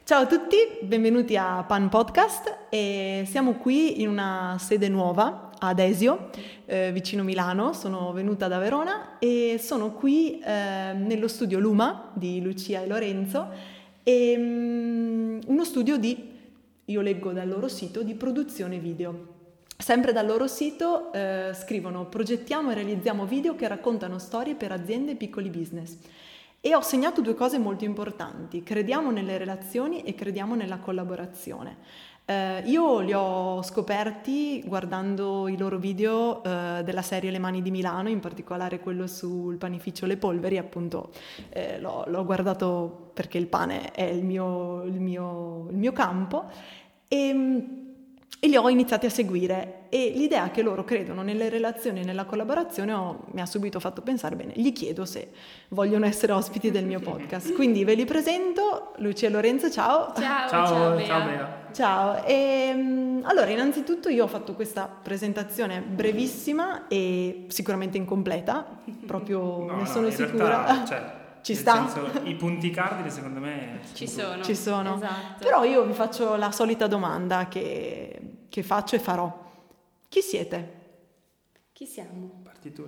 Ciao a tutti, benvenuti a Pan Podcast e siamo qui in una sede nuova ad Esio, vicino Milano. Sono venuta da Verona e sono qui nello studio Luma di Lucia e Lorenzo, uno studio io leggo dal loro sito, di produzione video. Sempre dal loro sito scrivono: progettiamo e realizziamo video che raccontano storie per aziende e piccoli business. E ho segnato due cose molto importanti: crediamo nelle relazioni e crediamo nella collaborazione. Io li ho scoperti guardando i loro video della serie Le Mani di Milano, in particolare quello sul panificio Le Polveri. Appunto l'ho guardato perché il pane è il mio campo e li ho iniziati a seguire, e l'idea che loro credono nelle relazioni e nella collaborazione mi ha subito fatto pensare: bene, gli chiedo se vogliono essere ospiti del mio podcast. Quindi ve li presento: Lucia e Lorenzo, ciao. Ciao Bea. Ciao. Allora, innanzitutto io ho fatto questa presentazione brevissima e sicuramente incompleta, proprio ne sono sicura. Realtà, ci sta? senso, i punti cardine secondo me ci sono. Esatto. Però io vi faccio la solita domanda che faccio e farò: chi siete? Chi siamo? Parti tu,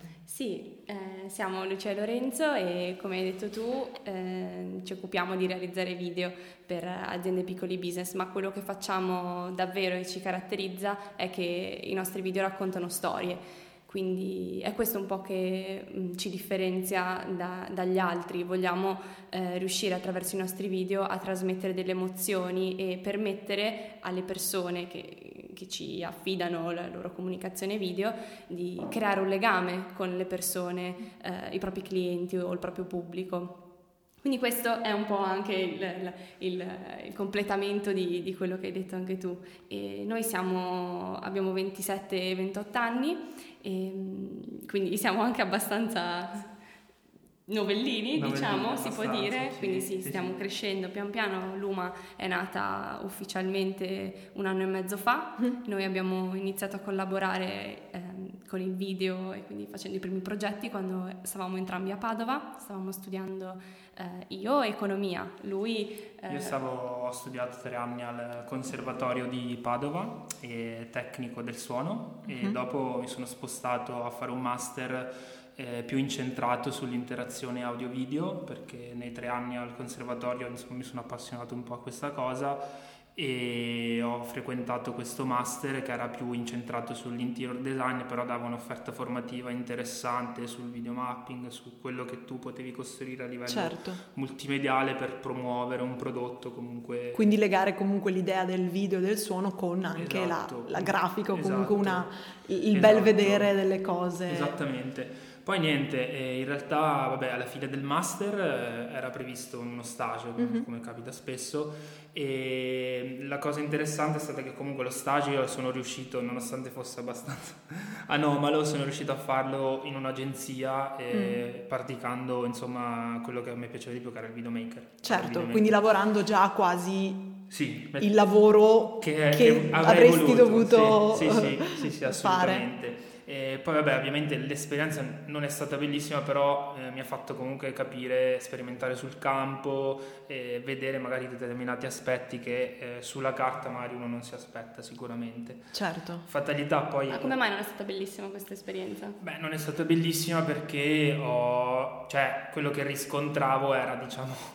Sì, siamo Lucia e Lorenzo e, come hai detto tu, ci occupiamo di realizzare video per aziende e piccoli business, ma quello che facciamo davvero e ci caratterizza è che i nostri video raccontano storie. Quindi è questo un po' che ci differenzia dagli altri. Vogliamo riuscire attraverso i nostri video a trasmettere delle emozioni e permettere alle persone che ci affidano la loro comunicazione video di creare un legame con le persone, i propri clienti o il proprio pubblico. Quindi questo è un po' anche il completamento di quello che hai detto anche tu. E noi abbiamo 27-28 anni, e quindi siamo anche abbastanza novellini, diciamo, si può dire. Sì, quindi stiamo crescendo pian piano. Luma è nata ufficialmente 1 anno e mezzo fa. Noi abbiamo iniziato a collaborare con il video e quindi facendo i primi progetti quando stavamo entrambi a Padova. Stavamo studiando io economia, lui ho studiato 3 anni al Conservatorio di Padova e tecnico del suono, e dopo mi sono spostato a fare un master più incentrato sull'interazione audio-video, perché nei 3 anni al conservatorio mi sono appassionato un po' a questa cosa e ho frequentato questo master che era più incentrato sull'interior design, però dava un'offerta formativa interessante sul videomapping, su quello che tu potevi costruire a livello multimediale per promuovere un prodotto comunque. Quindi legare comunque l'idea del video e del suono con anche la grafica, o comunque il bel vedere delle cose. Esattamente. Poi niente, in realtà alla fine del master era previsto uno stage, come capita spesso, e la cosa interessante è stata che comunque lo stage io sono riuscito, nonostante fosse abbastanza anomalo, sono riuscito a farlo in un'agenzia, praticando insomma quello che a me piaceva di più, che era il videomaker. Certo, quindi lavorando già quasi il lavoro lavoro che avresti dovuto sì, assolutamente. E poi ovviamente l'esperienza non è stata bellissima, però mi ha fatto comunque capire, sperimentare sul campo, vedere magari determinati aspetti che sulla carta magari uno non si aspetta sicuramente. Certo. Fatalità poi. Ma come mai non è stata bellissima questa esperienza? Non è stata bellissima perché quello che riscontravo era, diciamo,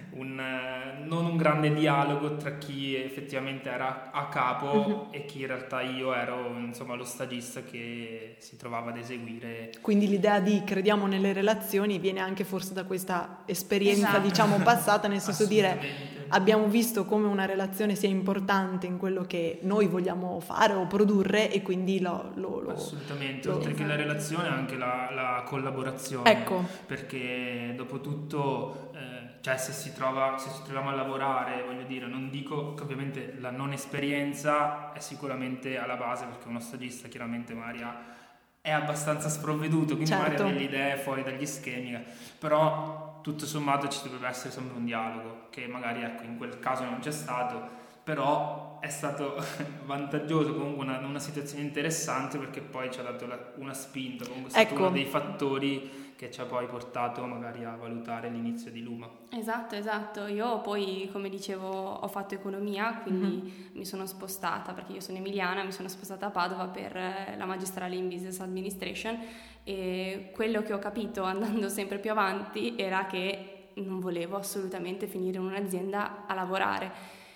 non un grande dialogo tra chi effettivamente era a capo e chi in realtà io ero, insomma, lo stagista che si trovava ad eseguire. Quindi l'idea di crediamo nelle relazioni viene anche forse da questa esperienza, diciamo, passata, nel senso dire abbiamo visto come una relazione sia importante in quello che noi vogliamo fare o produrre, e quindi assolutamente, oltre che la relazione anche la collaborazione. Ecco. Perché dopo tutto se ci troviamo a lavorare, voglio dire, non dico che ovviamente la non esperienza è sicuramente alla base, perché uno stagista chiaramente magari è abbastanza sprovveduto, quindi magari ha delle idee fuori dagli schemi, però tutto sommato ci dovrebbe essere sempre un dialogo, che magari in quel caso non c'è stato, però è stato vantaggioso, comunque una situazione interessante, perché poi ci ha dato una spinta, comunque è stato uno dei fattori che ci ha poi portato magari a valutare l'inizio di Luma. Esatto. Io poi, come dicevo, ho fatto economia, quindi mi sono spostata, perché io sono emiliana, mi sono spostata a Padova per la magistrale in Business Administration, e quello che ho capito andando sempre più avanti era che non volevo assolutamente finire in un'azienda a lavorare.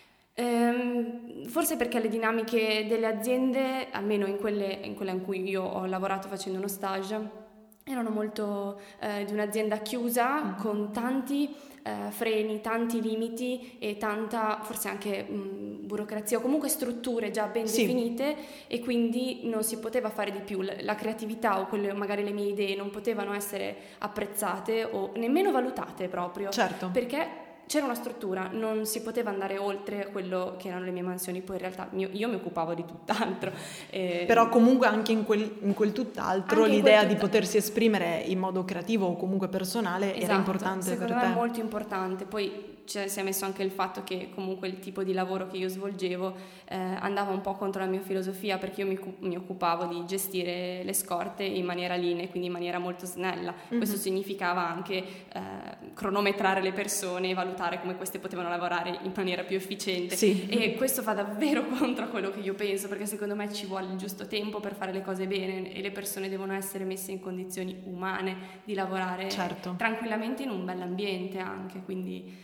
Forse perché le dinamiche delle aziende, almeno in quelle in cui io ho lavorato facendo uno stage, erano molto di un'azienda chiusa, con tanti freni, tanti limiti e tanta forse anche burocrazia, o comunque strutture già ben definite, e quindi non si poteva fare di più. La creatività o magari le mie idee non potevano essere apprezzate o nemmeno valutate proprio. Certo. Perché c'era una struttura, non si poteva andare oltre quello che erano le mie mansioni. Poi in realtà io mi occupavo di tutt'altro. Però comunque anche in quel tutt'altro l'idea di potersi esprimere in modo creativo o comunque personale era importante per te. Secondo me è molto importante. Poi si è messo anche il fatto che comunque il tipo di lavoro che io svolgevo andava un po' contro la mia filosofia, perché io mi occupavo di gestire le scorte in maniera linea, quindi in maniera molto snella. Questo significava anche cronometrare le persone e valutare come queste potevano lavorare in maniera più efficiente. E questo va davvero contro quello che io penso, perché secondo me ci vuole il giusto tempo per fare le cose bene, e le persone devono essere messe in condizioni umane di lavorare tranquillamente in un bell'ambiente anche. Quindi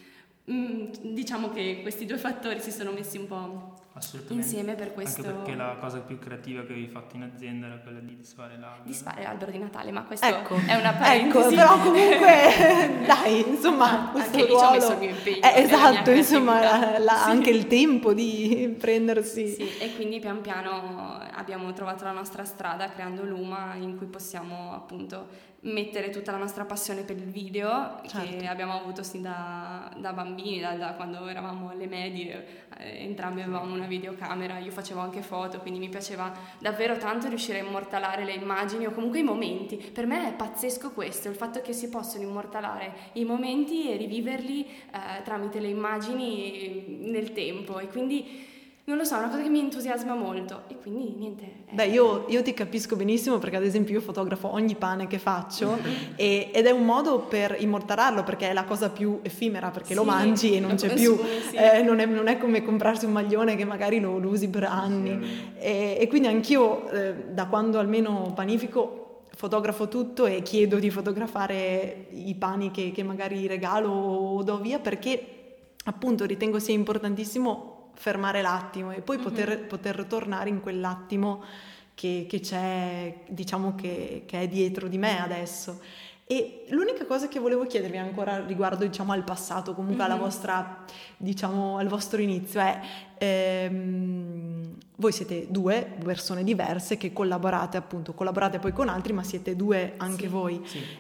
diciamo che questi due fattori si sono messi un po' insieme per questo. Anche perché la cosa più creativa che avevi fatto in azienda era quella di disfare l'albero. Disfare l'albero di Natale, ma questo è una parentesi. Però comunque dai, insomma, questo anche ruolo... lì ci ho messo il mio impegno. Esatto, insomma, anche il tempo di prendersi... Sì, e quindi pian piano abbiamo trovato la nostra strada creando Luma, in cui possiamo appunto mettere tutta la nostra passione per il video, che abbiamo avuto sin da bambini, da quando eravamo alle medie. Entrambi avevamo una videocamera, io facevo anche foto, quindi mi piaceva davvero tanto riuscire a immortalare le immagini o comunque i momenti. Per me è pazzesco questo, il fatto che si possono immortalare i momenti e riviverli tramite le immagini nel tempo, e quindi non lo so, è una cosa che mi entusiasma molto, e quindi niente. Beh, io ti capisco benissimo, perché ad esempio io fotografo ogni pane che faccio ed è un modo per immortalarlo, perché è la cosa più effimera, perché lo mangi e non c'è più, non è come comprarsi un maglione che magari lo usi per anni, e quindi anch'io da quando almeno panifico fotografo tutto e chiedo di fotografare i pani che magari regalo o do via, perché appunto ritengo sia importantissimo fermare l'attimo e poi poter tornare in quell'attimo che c'è, diciamo, che è dietro di me adesso. E l'unica cosa che volevo chiedervi ancora riguardo, diciamo, al passato, comunque alla vostra, diciamo, al vostro inizio è voi siete due persone diverse che collaborate poi con altri, ma siete due anche voi.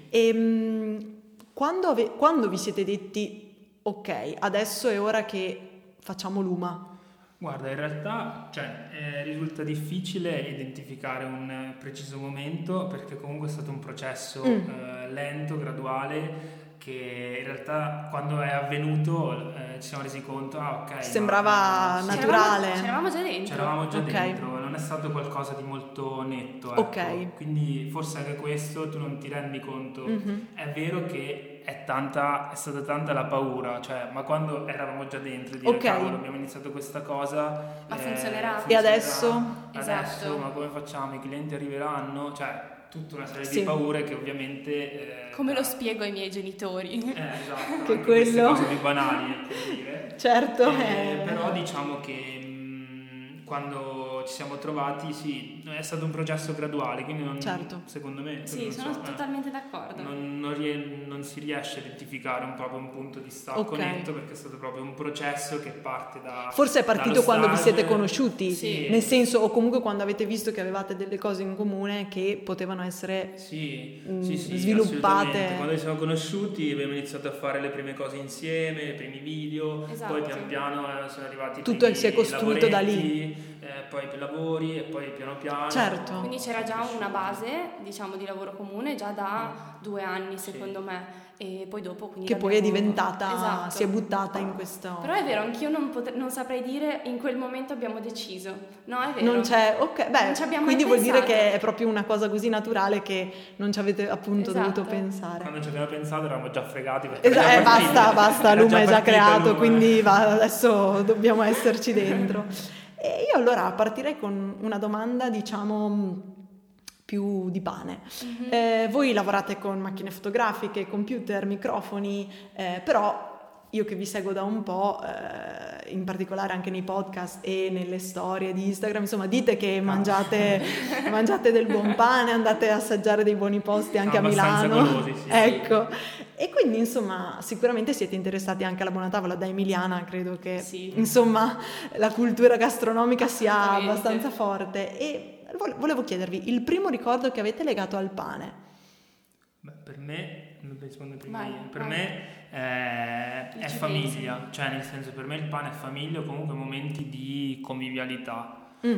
E quando vi siete detti ok, adesso è ora che facciamo Luma? Guarda, in realtà risulta difficile identificare un preciso momento, perché comunque è stato un processo lento, graduale, che in realtà quando è avvenuto ci siamo resi conto, sembrava naturale. C'eravamo già dentro, non è stato qualcosa di molto netto, ecco. Quindi forse anche questo tu non ti rendi conto. È vero che è stata tanta la paura, ma quando eravamo già dentro, dire cavolo, abbiamo iniziato questa cosa, ma funzionerà. E adesso? Esatto. Ma come facciamo? I clienti arriveranno? Tutta una serie di paure che ovviamente... Come lo spiego ai miei genitori? Esatto, che anche quello... queste cose più banali, per dire. Certo. Però diciamo che quando ci siamo trovati, è stato un processo graduale, quindi secondo me... sono totalmente d'accordo. Non si riesce a identificare proprio un punto di stacco netto, perché è stato proprio un processo che parte da... Forse è partito quando vi siete conosciuti, nel senso, o comunque quando avete visto che avevate delle cose in comune che potevano essere sviluppate. Quando ci siamo conosciuti abbiamo iniziato a fare le prime cose insieme, i primi video, poi pian piano sono arrivati tutto si è costruito da lì. poi lavori e poi piano piano. Certo. Quindi c'era già una base, diciamo, di lavoro comune già da 2 anni, secondo me. E poi dopo quindi che poi è diventata, esatto. Si è buttata in questo. Però è vero, anch'io non saprei dire in quel momento abbiamo deciso. No, è vero. Non c'è, ok, beh, non ci abbiamo quindi mai vuol dire pensato. che è proprio una cosa così naturale che non ci avete appunto Esatto. dovuto pensare. Quando ci abbiamo pensato eravamo già fregati perché era già Basta, era Luma è già partito creato, Luma. quindi adesso dobbiamo esserci dentro. E io allora partirei con una domanda, diciamo, più di pane. Voi lavorate con macchine fotografiche, computer, microfoni, però io che vi seguo da un po', in particolare anche nei podcast e nelle storie di Instagram, insomma, dite che mangiate del buon pane, andate a assaggiare dei buoni posti anche a Abbastanza Milano. golosi, sì. Ecco. E quindi, insomma, sicuramente siete interessati anche alla buona tavola. Da emiliana credo che, Sì. insomma, la cultura gastronomica sia Assolutamente. abbastanza forte. E volevo chiedervi, il primo ricordo che avete legato al pane? Beh, per me, non rispondo prima Vai, io. Per vai. me è Ci famiglia, pensi. cioè nel senso per me il pane è famiglia o comunque momenti di convivialità.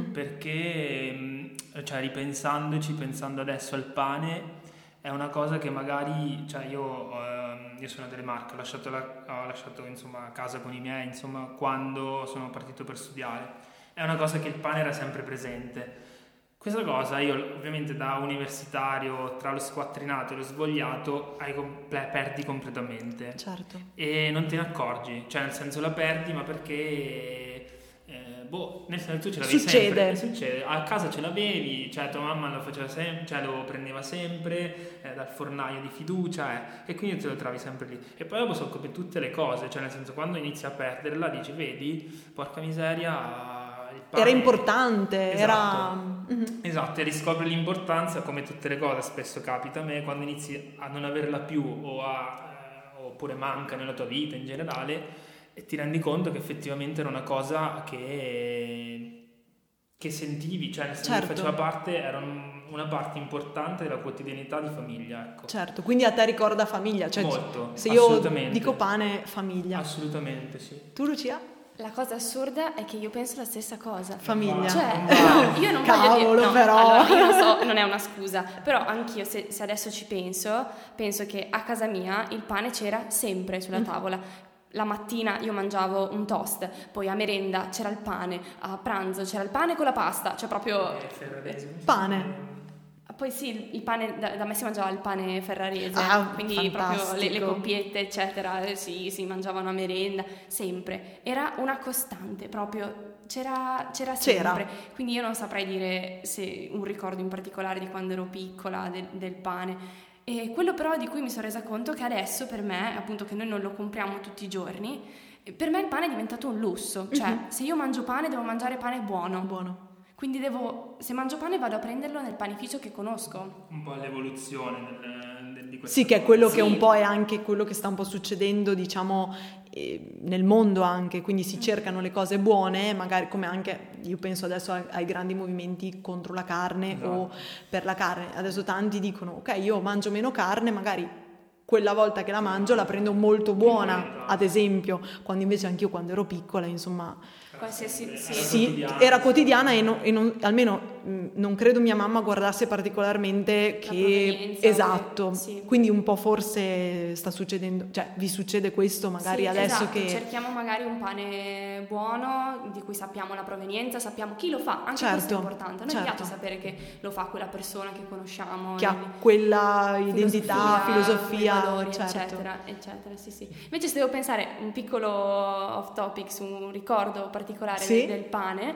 Perché cioè ripensandoci, pensando adesso al pane, è una cosa che magari, cioè io sono delle Marche, ho lasciato insomma casa con i miei, insomma, quando sono partito per studiare. È una cosa che il pane era sempre presente. Questa cosa io ovviamente da universitario, tra lo squattrinato e lo svogliato, perdi completamente. Certo. E non te ne accorgi, cioè nel senso la perdi, ma perché nel senso tu ce l'avevi sempre. Succede, a casa ce l'avevi, cioè tua mamma lo faceva sempre, cioè lo prendeva sempre dal fornaio di fiducia e quindi te lo trovi sempre lì. E poi dopo sono come tutte le cose, cioè nel senso quando inizi a perderla dici, vedi, porca miseria. Era importante, Esatto. era... Esatto, e riscopri l'importanza, come tutte le cose, spesso capita a me, quando inizi a non averla più oppure manca nella tua vita in generale, e ti rendi conto che effettivamente era una cosa che sentivi, cioè nel senso Certo. che faceva parte, era una parte importante della quotidianità di famiglia, ecco. Certo, quindi a te ricorda famiglia, cioè Molto, se io assolutamente. dico pane, famiglia. Assolutamente, sì. Tu, Lucia? La cosa assurda è che io penso la stessa cosa. Famiglia. Cioè, io non Cavolo, voglio dire, no, però. allora, io lo so, non è una scusa, però anch'io se adesso ci penso che a casa mia il pane c'era sempre sulla tavola. La mattina io mangiavo un toast, poi a merenda c'era il pane, a pranzo c'era il pane con la pasta, cioè proprio... Pane. Poi sì, il pane, da me si mangiava il pane ferrarese, quindi proprio le fantastico. coppiette eccetera, sì, si mangiavano a merenda, sempre. Era una costante, proprio c'era sempre. Quindi io non saprei dire se un ricordo in particolare di quando ero piccola del pane. E quello però di cui mi sono resa conto che adesso per me, appunto che noi non lo compriamo tutti i giorni, per me il pane è diventato un lusso. Cioè, se io mangio pane devo mangiare pane buono. Quindi se mangio pane vado a prenderlo nel panificio che conosco. Un po' l'evoluzione di questo. Sì, che è quello che Sì. un po' è anche quello che sta un po' succedendo, diciamo, nel mondo anche, quindi si cercano le cose buone, magari come anche, io penso adesso ai grandi movimenti contro la carne o per la carne. Adesso tanti dicono, ok, io mangio meno carne, magari quella volta che la mangio la prendo molto buona, ad esempio, quando invece anch'io quando ero piccola, insomma... Qualsiasi Sì, era quotidiana e almeno non credo mia mamma guardasse particolarmente La che... provenienza, Esatto, sì. quindi un po' forse sta succedendo, cioè vi succede questo magari sì, adesso esatto. che... Cerchiamo magari un pane buono di cui sappiamo la provenienza, sappiamo chi lo fa, anche questo è importante. A noi piace sapere che lo fa quella persona che conosciamo, che ha quella identità, filosofia, valori, certo. eccetera, sì. Invece se devo pensare un piccolo off topic su un ricordo particolare del pane,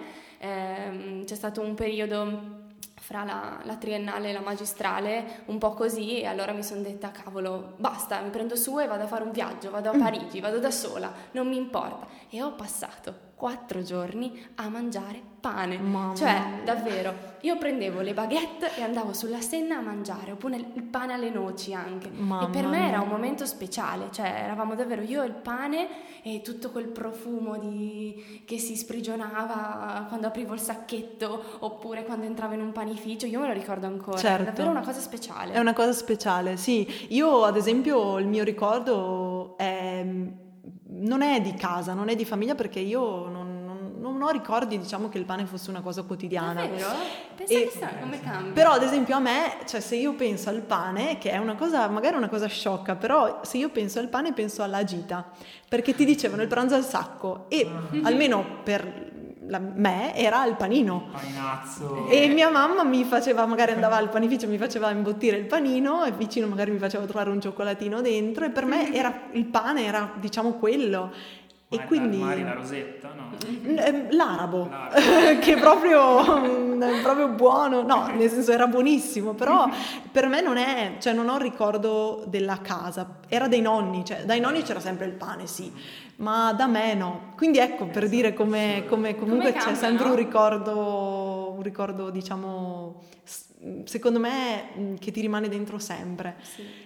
c'è stato un periodo fra la triennale e la magistrale un po' così, e allora mi sono detta cavolo, basta, mi prendo su e vado a fare un viaggio, vado a Parigi, vado da sola, non mi importa, e ho passato 4 giorni a mangiare pane. Mamma Cioè mia. davvero, io prendevo le baguette e andavo sulla Senna a mangiare, oppure il pane alle noci anche. Mamma e per me era mia. un momento speciale, cioè eravamo davvero io e il pane e tutto quel profumo che si sprigionava quando aprivo il sacchetto oppure quando entravo in un panificio, io me lo ricordo ancora. Certo. È davvero una cosa speciale. È una cosa speciale, sì. Io ad esempio il mio ricordo non è di casa, non è di famiglia, perché io non non ho ricordi, diciamo, che il pane fosse una cosa quotidiana. Davvero? Pensa che sa come cambia. Però ad esempio a me, cioè se io penso al pane, che è una cosa, magari una cosa sciocca, però se io penso al pane penso alla gita, perché ti dicevano il pranzo al sacco e almeno per me era il panino. Paninazzo. E mia mamma mi faceva, magari andava al panificio, mi faceva imbottire il panino e vicino magari mi faceva trovare un cioccolatino dentro e per me era il pane, era diciamo quello. E quindi magari la rosetta, no? L'arabo. Che è proprio buono, no, nel senso era buonissimo, però per me non è, cioè non ho il ricordo della casa, era dei nonni, cioè dai nonni c'era sempre il pane, sì, ma da me no. Quindi ecco, per dire come comunque c'è cambia, sempre no? un ricordo diciamo, secondo me che ti rimane dentro sempre. Sì.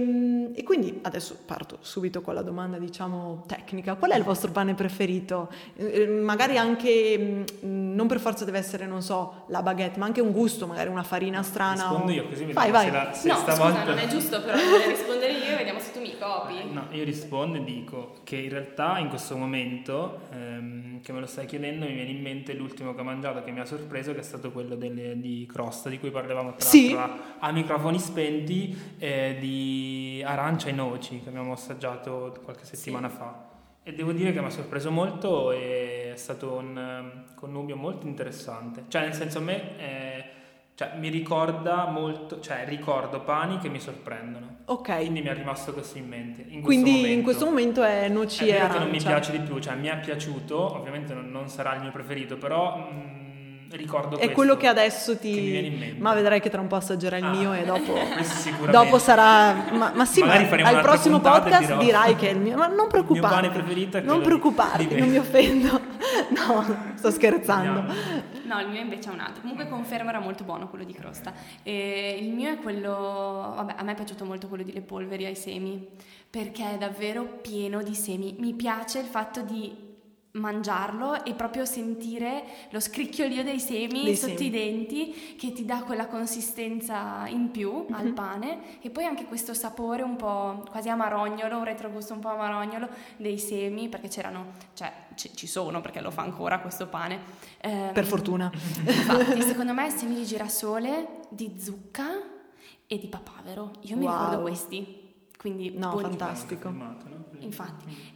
E quindi adesso parto subito con la domanda, diciamo, tecnica. Qual è il vostro pane preferito? Magari anche, non per forza deve essere, non so, la baguette, ma anche un gusto, magari una farina strana. Rispondo io, così vai, vediamo vai. se No, stavolta... scusa, non è giusto però dovrei rispondere io e vediamo se tu mi copi. No, io rispondo e dico che in realtà in questo momento che me lo stai chiedendo mi viene in mente l'ultimo che ho mangiato che mi ha sorpreso, che è stato quello di crosta di cui parlavamo tra Sì. l'altro a microfoni spenti, di arancia e noci che abbiamo assaggiato qualche settimana fa, e devo dire che mi ha sorpreso molto e è stato un connubio molto interessante, cioè nel senso a me cioè, mi ricorda molto, cioè ricordo pani che mi sorprendono. Ok. Quindi mi è rimasto questo in mente. In questo momento è noci e vero arancia. che non mi piace di più, cioè mi è piaciuto, ovviamente non sarà il mio preferito, però ricordo È questo, quello che adesso che mi viene in mente. Ma vedrai che tra un po' assaggerai il mio e dopo Questo sicuramente. dopo sarà ma sì, Magari ma faremo al un'altra prossimo puntata e podcast dirò. dirai che è il mio, ma non preoccuparti. Il mio pane preferito è non quello preoccuparti, di non mi offendo. No, sto scherzando. Andiamo. No, il mio invece è un altro. Comunque confermo, era molto buono quello di crosta. E il mio è quello, vabbè, a me è piaciuto molto quello di Le Polveri ai semi, perché è davvero pieno di semi. Mi piace il fatto di mangiarlo e proprio sentire lo scricchiolio dei semi sotto i denti, che ti dà quella consistenza in più al pane, e poi anche questo sapore un po' quasi amarognolo, un retrogusto un po' amarognolo dei semi, perché c'erano, cioè ci sono, perché lo fa ancora questo pane, Per fortuna. infatti secondo me semi di girasole, di zucca e di papavero, io mi ricordo questi, quindi No, buoni. fantastico. Filmato, no? Infatti,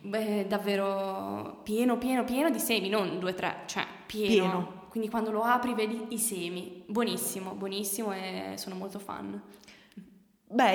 davvero pieno di semi, non 2-3, cioè pieno. Quindi quando lo apri vedi i semi, buonissimo e sono molto fan. Beh,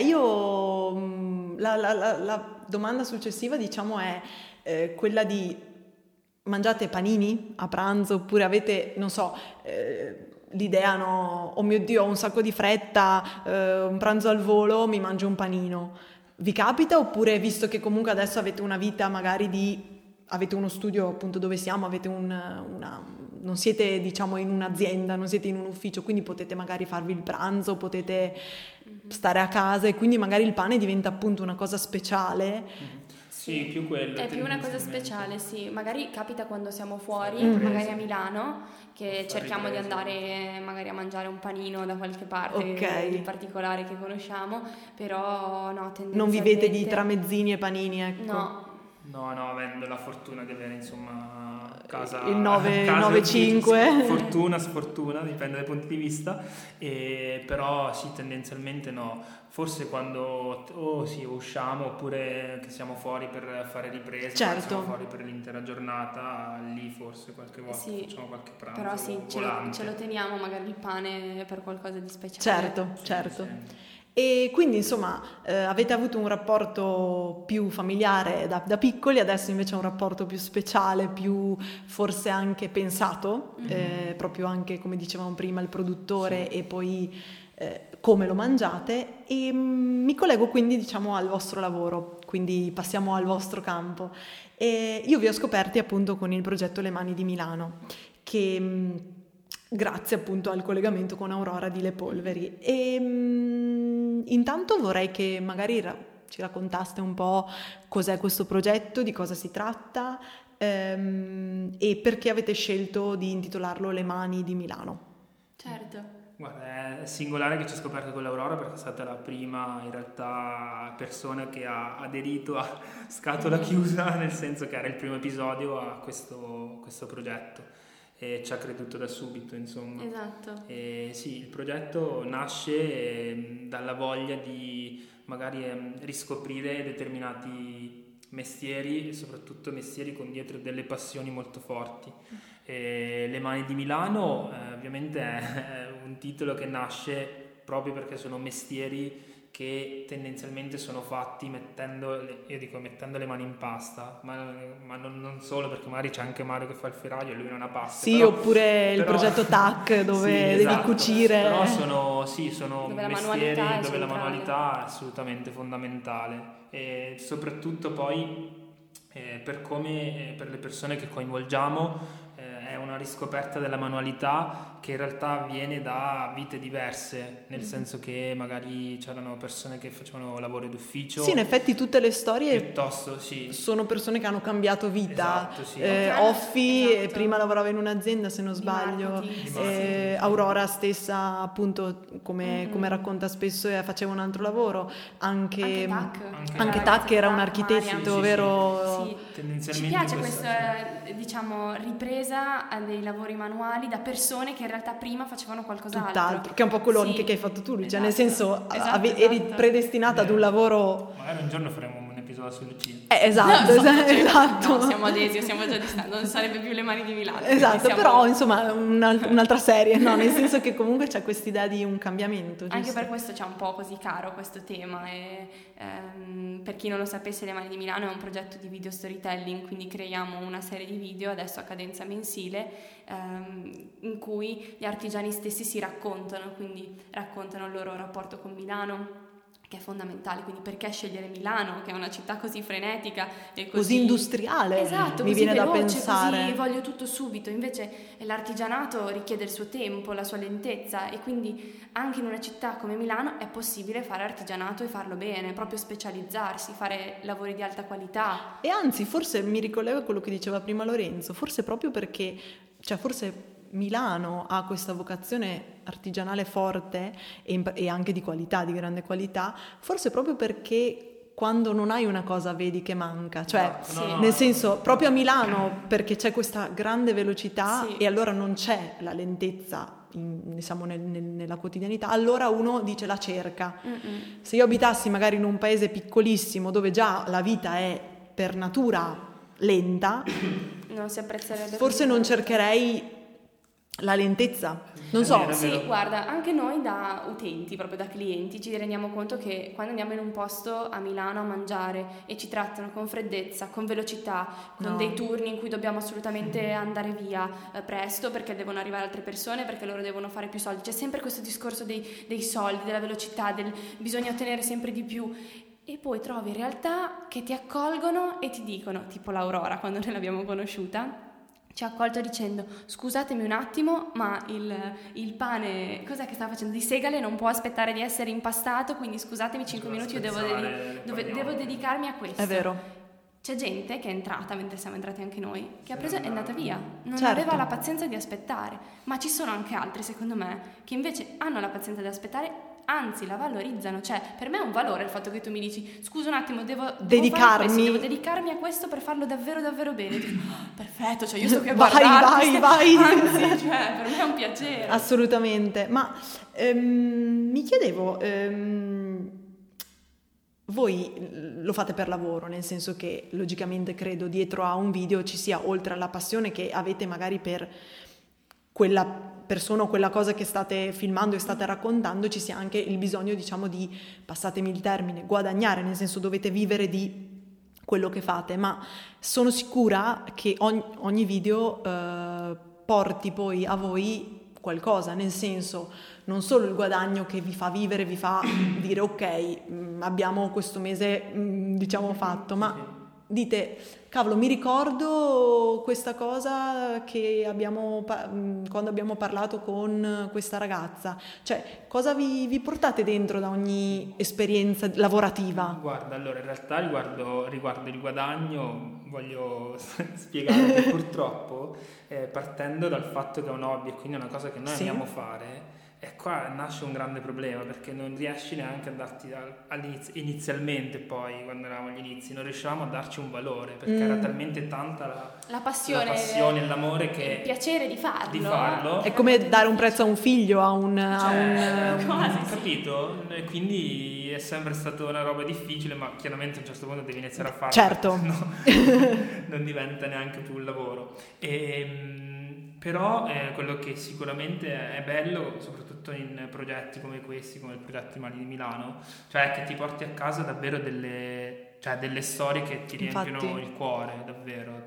io la domanda successiva, diciamo, è quella di: mangiate panini a pranzo oppure avete, non so, l'idea, no, oh mio Dio, ho un sacco di fretta, un pranzo al volo, mi mangio un panino. Vi capita? Oppure, visto che comunque adesso avete una vita magari avete uno studio appunto dove siamo, avete non siete diciamo in un'azienda, non siete in un ufficio, quindi potete magari farvi il pranzo, potete stare a casa e quindi magari il pane diventa appunto una cosa speciale. Sì, più quello. È più una cosa speciale, sì. Magari capita quando siamo fuori, magari a Milano, che cerchiamo di andare magari a mangiare un panino da qualche parte di particolare che conosciamo, però no, tendenzialmente... Non vivete di tramezzini e panini, ecco. No, avendo la fortuna di avere insomma casa il 9-5 fortuna, sfortuna, dipende dai punti di vista, però sì, tendenzialmente no, forse quando usciamo oppure che siamo fuori per fare riprese, certo, siamo fuori per l'intera giornata, lì forse qualche volta facciamo qualche pranzo, però sì, ce lo teniamo magari il pane per qualcosa di speciale. Certo. Sì. E quindi insomma avete avuto un rapporto più familiare da piccoli, adesso invece è un rapporto più speciale, più forse anche pensato, proprio anche come dicevamo prima il produttore e poi come lo mangiate, e mi collego quindi diciamo al vostro lavoro, quindi passiamo al vostro campo. E io vi ho scoperti appunto con il progetto Le Mani di Milano, che grazie appunto al collegamento con Aurora di Le Polveri. E intanto vorrei che magari ci raccontaste un po' cos'è questo progetto, di cosa si tratta e perché avete scelto di intitolarlo Le Mani di Milano. Certo. Guarda, è singolare che ci ho scoperto con l'Aurora, perché è stata la prima in realtà persona che ha aderito a scatola chiusa, nel senso che era il primo episodio a questo progetto e ci ha creduto da subito, insomma. Esatto. E sì, il progetto nasce dalla voglia di magari riscoprire determinati mestieri, e soprattutto mestieri con dietro delle passioni molto forti. E Le Mani di Milano ovviamente è un titolo che nasce proprio perché sono mestieri che tendenzialmente sono fatti mettendo le mani in pasta, ma non solo, perché magari c'è anche Mario che fa il ferraio e lui non ha pasta. Sì, oppure il progetto TAC dove sì, devi esatto. cucire. Però sono dove mestieri dove la manualità è assolutamente fondamentale, e soprattutto poi per le persone che coinvolgiamo è una riscoperta della manualità che in realtà viene da vite diverse, nel senso che magari c'erano persone che facevano lavori d'ufficio. Sì, in effetti tutte le storie piuttosto sì. sono persone che hanno cambiato vita. Esatto, sì. Offi Esatto. Prima lavorava in un'azienda, se non sbaglio. Aurora stessa, appunto, come racconta spesso, faceva un altro lavoro. Anche TAC era un architetto, sì, vero? Sì. Tendenzialmente ci piace questa diciamo ripresa dei lavori manuali da persone che in realtà prima facevano qualcos'altro. Tutt'altro, che è un po' quello anche che hai fatto tu, Lucia, cioè nel senso eri predestinata ad un lavoro. Magari un giorno faremo un episodio sull'Uccino. Esatto. No, siamo adesi, stiamo già distando, non sarebbe più Le Mani di Milano. Esatto, però insomma un'altra serie, no? Nel senso che comunque c'è quest'idea di un cambiamento, giusto? Anche per questo c'è un po' così caro questo tema e per chi non lo sapesse, Le Mani di Milano è un progetto di video storytelling, quindi creiamo una serie di video adesso a cadenza mensile in cui gli artigiani stessi si raccontano, quindi raccontano il loro rapporto con Milano, che è fondamentale, quindi perché scegliere Milano, che è una città così frenetica e così industriale, esatto, mi così viene veloce, da pensare. così voglio tutto subito. Invece l'artigianato richiede il suo tempo, la sua lentezza, e quindi anche in una città come Milano è possibile fare artigianato e farlo bene, proprio specializzarsi, fare lavori di alta qualità. E anzi, forse mi ricollego a quello che diceva prima Lorenzo, forse proprio perché, forse Milano ha questa vocazione artigianale forte e anche di qualità, di grande qualità, forse proprio perché quando non hai una cosa vedi che manca, nel senso, proprio a Milano, perché c'è questa grande velocità e allora non c'è la lentezza nella quotidianità, allora uno dice la cerca. Se io abitassi magari in un paese piccolissimo dove già la vita è per natura lenta, non si apprezzerebbe, forse non cercherei la lentezza, non so. Sì, guarda, anche noi da utenti, proprio da clienti, ci rendiamo conto che quando andiamo in un posto a Milano a mangiare e ci trattano con freddezza, con velocità, con dei turni in cui dobbiamo assolutamente andare via presto perché devono arrivare altre persone, perché loro devono fare più soldi, c'è sempre questo discorso dei soldi, della velocità, del bisogna ottenere sempre di più. E poi trovi realtà che ti accolgono e ti dicono, tipo l'Aurora, quando noi l'abbiamo conosciuta, ci ha accolto dicendo: scusatemi un attimo, ma il pane, cos'è che stava facendo? Di segale non può aspettare di essere impastato, quindi scusatemi 5 minuti, io devo dedicarmi a questo. È vero. C'è gente che è entrata, mentre siamo entrati anche noi, che ha preso e è andata via, non Certo. aveva la pazienza di aspettare, ma ci sono anche altri, secondo me, che invece hanno la pazienza di aspettare, anzi la valorizzano. Cioè, per me è un valore il fatto che tu mi dici: scusa un attimo, devo dedicarmi a questo per farlo davvero davvero bene. Dico, perfetto, cioè io sto qui a guardarti, vai. Anzi, per me è un piacere. Assolutamente. Ma mi chiedevo, voi lo fate per lavoro, nel senso che logicamente credo dietro a un video ci sia, oltre alla passione che avete magari per quella persona o quella cosa che state filmando e state raccontando, ci sia anche il bisogno, diciamo, di, passatemi il termine, guadagnare, nel senso dovete vivere di quello che fate, ma sono sicura che ogni video porti poi a voi qualcosa, nel senso non solo il guadagno che vi fa vivere, vi fa dire ok, abbiamo questo mese diciamo fatto, ma dite cavolo, mi ricordo questa cosa che quando abbiamo parlato con questa ragazza, cioè cosa vi portate dentro da ogni esperienza lavorativa? Guarda, allora in realtà riguardo il guadagno voglio spiegare che purtroppo partendo dal fatto che è un hobby e quindi è una cosa che noi amiamo fare, E qua nasce un grande problema, perché non riesci neanche a darti inizialmente, poi quando eravamo agli inizi non riuscivamo a darci un valore, perché era talmente tanta la passione e l'amore, che il piacere di farlo. È come dare un prezzo a un figlio, capito? E quindi è sempre stata una roba difficile, ma chiaramente a un certo punto devi iniziare a farlo, certo. no, non diventa neanche più un lavoro. Però quello che sicuramente è bello, soprattutto in progetti come questi, come il Progetto Mani di Milano, cioè che ti porti a casa davvero delle storie che ti riempiono il cuore, davvero.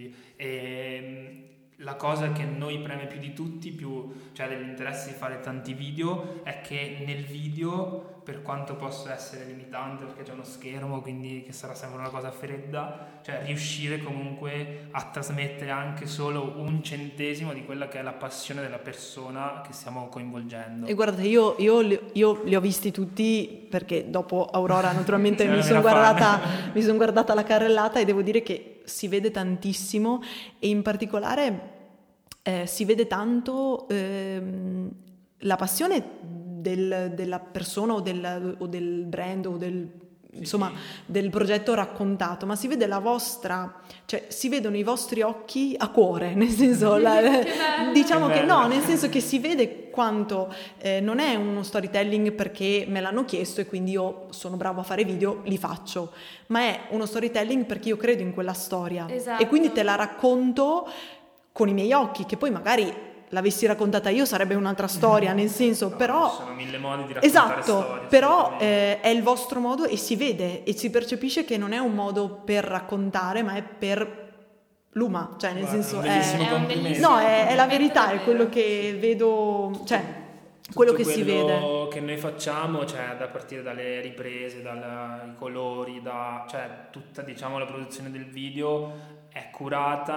La cosa che noi preme più di tutti, cioè dell'interesse di fare tanti video, è che nel video, per quanto possa essere limitante perché c'è uno schermo, quindi che sarà sempre una cosa fredda, cioè riuscire comunque a trasmettere anche solo 1/100 di quella che è la passione della persona che stiamo coinvolgendo. E guardate, io li ho visti tutti, perché dopo Aurora naturalmente mi sono guardata la carrellata, e devo dire che si vede tantissimo, e in particolare si vede tanto la passione della persona o del brand o del progetto raccontato, ma si vede cioè si vedono i vostri occhi a cuore, nel senso diciamo che no, nel senso che si vede quanto non è uno storytelling perché me l'hanno chiesto e quindi io sono bravo a fare video, li faccio, ma è uno storytelling perché io credo in quella storia. Esatto. E quindi te la racconto con i miei occhi, che poi magari l'avessi raccontata io sarebbe un'altra storia, nel senso, però ci sono 1000 modi di raccontare storie, però è il vostro modo, e si vede e si percepisce che non è un modo per raccontare, ma è per l'uma, cioè nel senso è la verità, è quello che vedo, cioè quello che si vede. Quello che noi facciamo, cioè da partire dalle riprese, dai colori, cioè tutta, diciamo, la produzione del video è curata,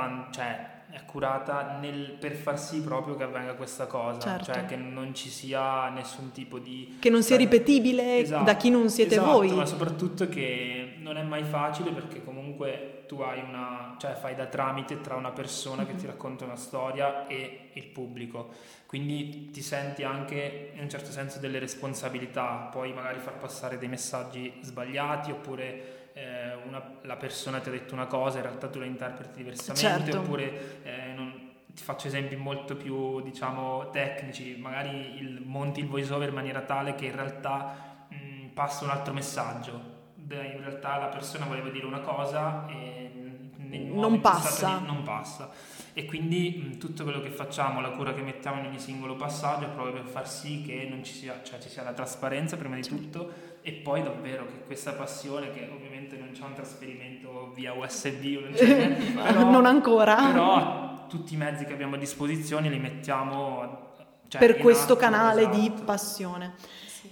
è curata per far sì proprio che avvenga questa cosa, certo. Cioè che non ci sia nessun tipo di... Che non sia ripetibile da chi non siete voi. Ma soprattutto che non è mai facile, perché comunque tu hai fai da tramite tra una persona che ti racconta una storia e il pubblico, quindi ti senti anche in un certo senso delle responsabilità, puoi magari far passare dei messaggi sbagliati, oppure la persona ti ha detto una cosa, in realtà tu la interpreti diversamente, certo. Oppure ti faccio esempi molto più, diciamo, tecnici, magari monti il voice over in maniera tale che in realtà passa un altro messaggio, in realtà la persona voleva dire una cosa e non passa, e quindi tutto quello che facciamo, la cura che mettiamo in ogni singolo passaggio è proprio per far sì che non ci sia la trasparenza prima di tutto, e poi davvero che questa passione, che ovviamente non c'è un trasferimento via USB, non c'è però, non ancora, però tutti i mezzi che abbiamo a disposizione li mettiamo per questo canale di passione. Sì.